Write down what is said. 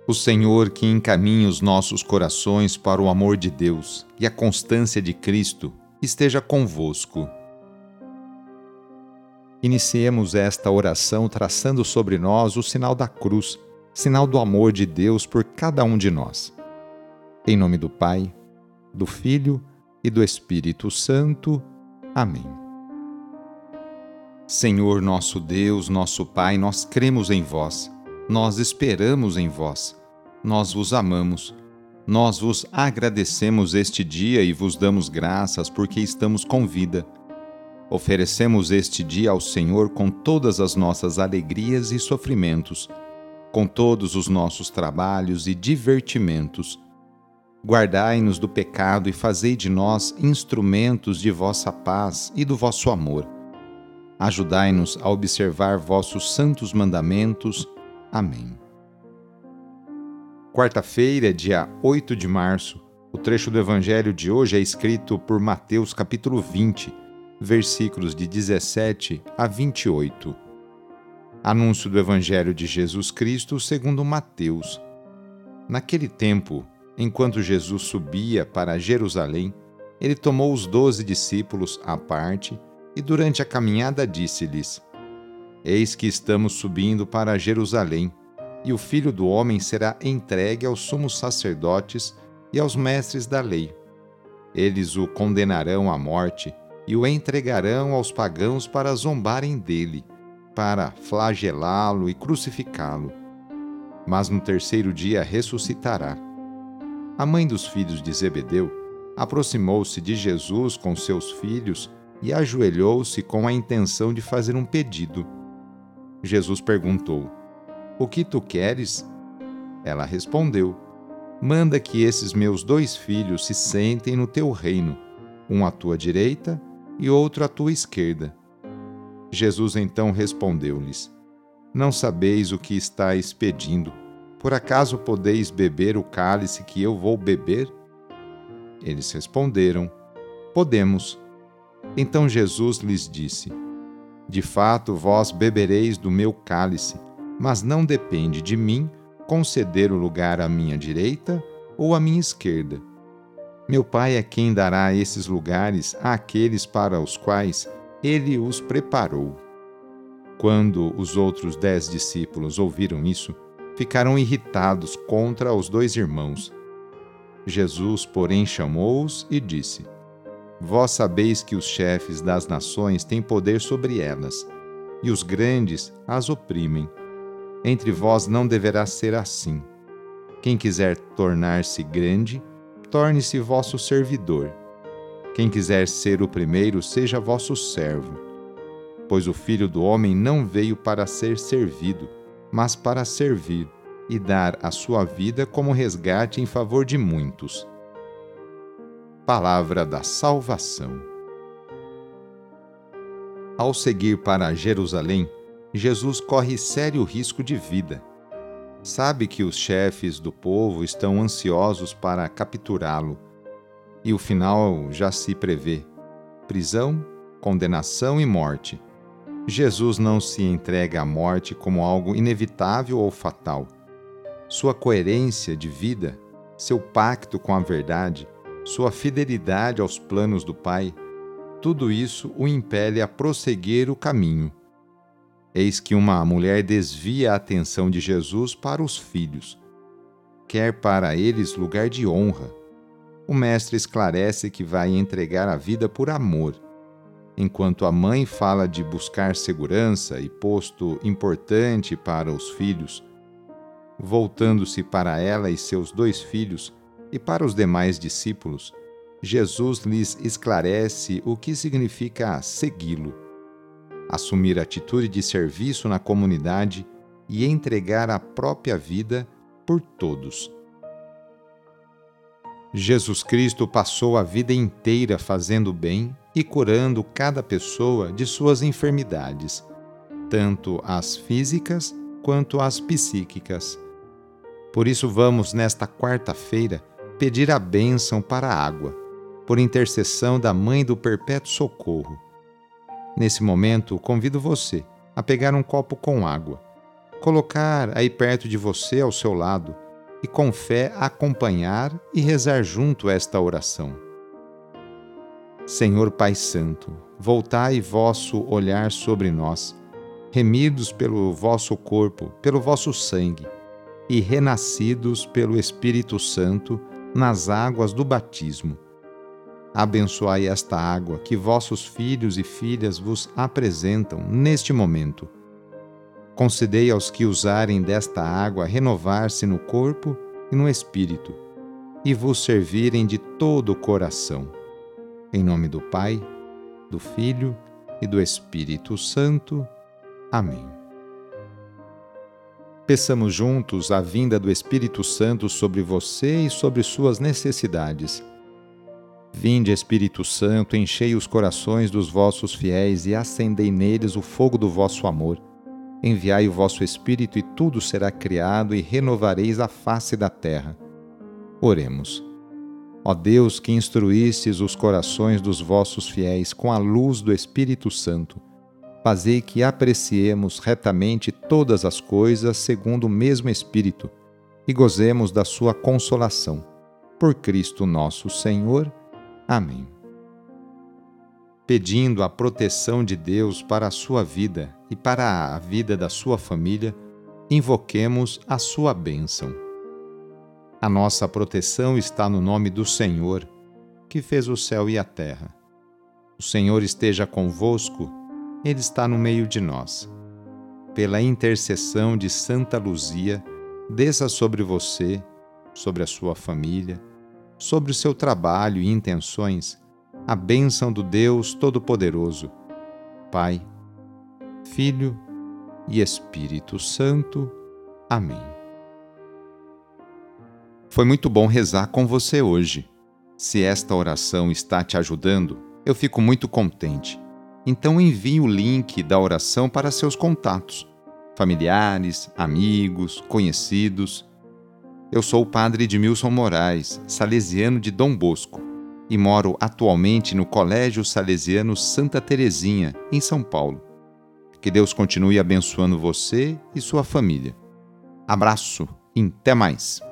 O Senhor que encaminha os nossos corações para o amor de Deus e a constância de Cristo esteja convosco. Iniciemos esta oração traçando sobre nós o sinal da cruz, sinal do amor de Deus por cada um de nós. Em nome do Pai, do Filho e do Espírito Santo. Amém. Senhor nosso Deus, nosso Pai, nós cremos em vós, nós esperamos em vós, nós vos amamos, nós vos agradecemos este dia e vos damos graças porque estamos com vida. Oferecemos este dia ao Senhor com todas as nossas alegrias e sofrimentos, com todos os nossos trabalhos e divertimentos. Guardai-nos do pecado e fazei de nós instrumentos de vossa paz e do vosso amor. Ajudai-nos a observar vossos santos mandamentos. Amém. Quarta-feira, dia 8 de março, o trecho do Evangelho de hoje é escrito por Mateus capítulo 20, versículos de 17 a 28. Anúncio do Evangelho de Jesus Cristo segundo Mateus. Naquele tempo, enquanto Jesus subia para Jerusalém, ele tomou os 12 discípulos à parte e durante a caminhada disse-lhes: Eis que estamos subindo para Jerusalém, e o Filho do Homem será entregue aos sumos sacerdotes e aos mestres da lei. Eles o condenarão à morte e o entregarão aos pagãos para zombarem dele, para flagelá-lo e crucificá-lo. Mas no terceiro dia ressuscitará. A mãe dos filhos de Zebedeu aproximou-se de Jesus com seus filhos e ajoelhou-se com a intenção de fazer um pedido. Jesus perguntou: O que tu queres? Ela respondeu: Manda que esses meus 2 filhos se sentem no teu reino, um à tua direita e outro à tua esquerda. Jesus então respondeu-lhes: Não sabeis o que estáis pedindo. Por acaso podeis beber o cálice que eu vou beber? Eles responderam: Podemos. Então Jesus lhes disse: De fato, vós bebereis do meu cálice, mas não depende de mim conceder o lugar à minha direita ou à minha esquerda. Meu Pai é quem dará esses lugares àqueles para os quais ele os preparou. Quando os outros 10 discípulos ouviram isso, ficaram irritados contra os 2 irmãos. Jesus, porém, chamou-os e disse: Vós sabeis que os chefes das nações têm poder sobre elas, e os grandes as oprimem. Entre vós não deverá ser assim. Quem quiser tornar-se grande, torne-se vosso servidor. Quem quiser ser o primeiro, seja vosso servo. Pois o Filho do Homem não veio para ser servido, mas para servir e dar a sua vida como resgate em favor de muitos. Palavra da salvação. Ao seguir para Jerusalém, Jesus corre sério risco de vida. Sabe que os chefes do povo estão ansiosos para capturá-lo, e o final já se prevê: prisão, condenação e morte. Jesus não se entrega à morte como algo inevitável ou fatal. Sua coerência de vida, seu pacto com a verdade, sua fidelidade aos planos do Pai, tudo isso o impele a prosseguir o caminho. Eis que uma mulher desvia a atenção de Jesus para os filhos. Quer para eles lugar de honra. O mestre esclarece que vai entregar a vida por amor, enquanto a mãe fala de buscar segurança e posto importante para os filhos. Voltando-se para ela e seus 2 filhos e para os demais discípulos, Jesus lhes esclarece o que significa segui-lo, assumir atitude de serviço na comunidade e entregar a própria vida por todos. Jesus Cristo passou a vida inteira fazendo bem e curando cada pessoa de suas enfermidades, tanto as físicas quanto as psíquicas. Por isso vamos, nesta quarta-feira, pedir a bênção para a água, por intercessão da Mãe do Perpétuo Socorro. Nesse momento, convido você a pegar um copo com água, colocar aí perto de você, ao seu lado, e com fé acompanhar e rezar junto esta oração. Senhor Pai Santo, voltai vosso olhar sobre nós, remidos pelo vosso corpo, pelo vosso sangue, e renascidos pelo Espírito Santo nas águas do batismo. Abençoai esta água que vossos filhos e filhas vos apresentam neste momento. Concedei aos que usarem desta água renovar-se no corpo e no espírito, e vos servirem de todo o coração. Em nome do Pai, do Filho e do Espírito Santo. Amém. Peçamos juntos a vinda do Espírito Santo sobre você e sobre suas necessidades. Vinde, Espírito Santo, enchei os corações dos vossos fiéis e acendei neles o fogo do vosso amor. Enviai o vosso Espírito e tudo será criado e renovareis a face da terra. Oremos. Ó Deus, que instruístes os corações dos vossos fiéis com a luz do Espírito Santo, fazei que apreciemos retamente todas as coisas segundo o mesmo Espírito e gozemos da sua consolação. Por Cristo nosso Senhor. Amém. Pedindo a proteção de Deus para a sua vida e para a vida da sua família, invoquemos a sua bênção. A nossa proteção está no nome do Senhor, que fez o céu e a terra. O Senhor esteja convosco, Ele está no meio de nós. Pela intercessão de Santa Luzia, desça sobre você, sobre a sua família, sobre o seu trabalho e intenções, a bênção do Deus Todo-Poderoso, Pai, Filho e Espírito Santo. Amém. Foi muito bom rezar com você hoje. Se esta oração está te ajudando, eu fico muito contente. Então envie o link da oração para seus contatos, familiares, amigos, conhecidos. Eu sou o padre Edmilson Moraes, salesiano de Dom Bosco, e moro atualmente no Colégio Salesiano Santa Terezinha, em São Paulo. Que Deus continue abençoando você e sua família. Abraço e até mais!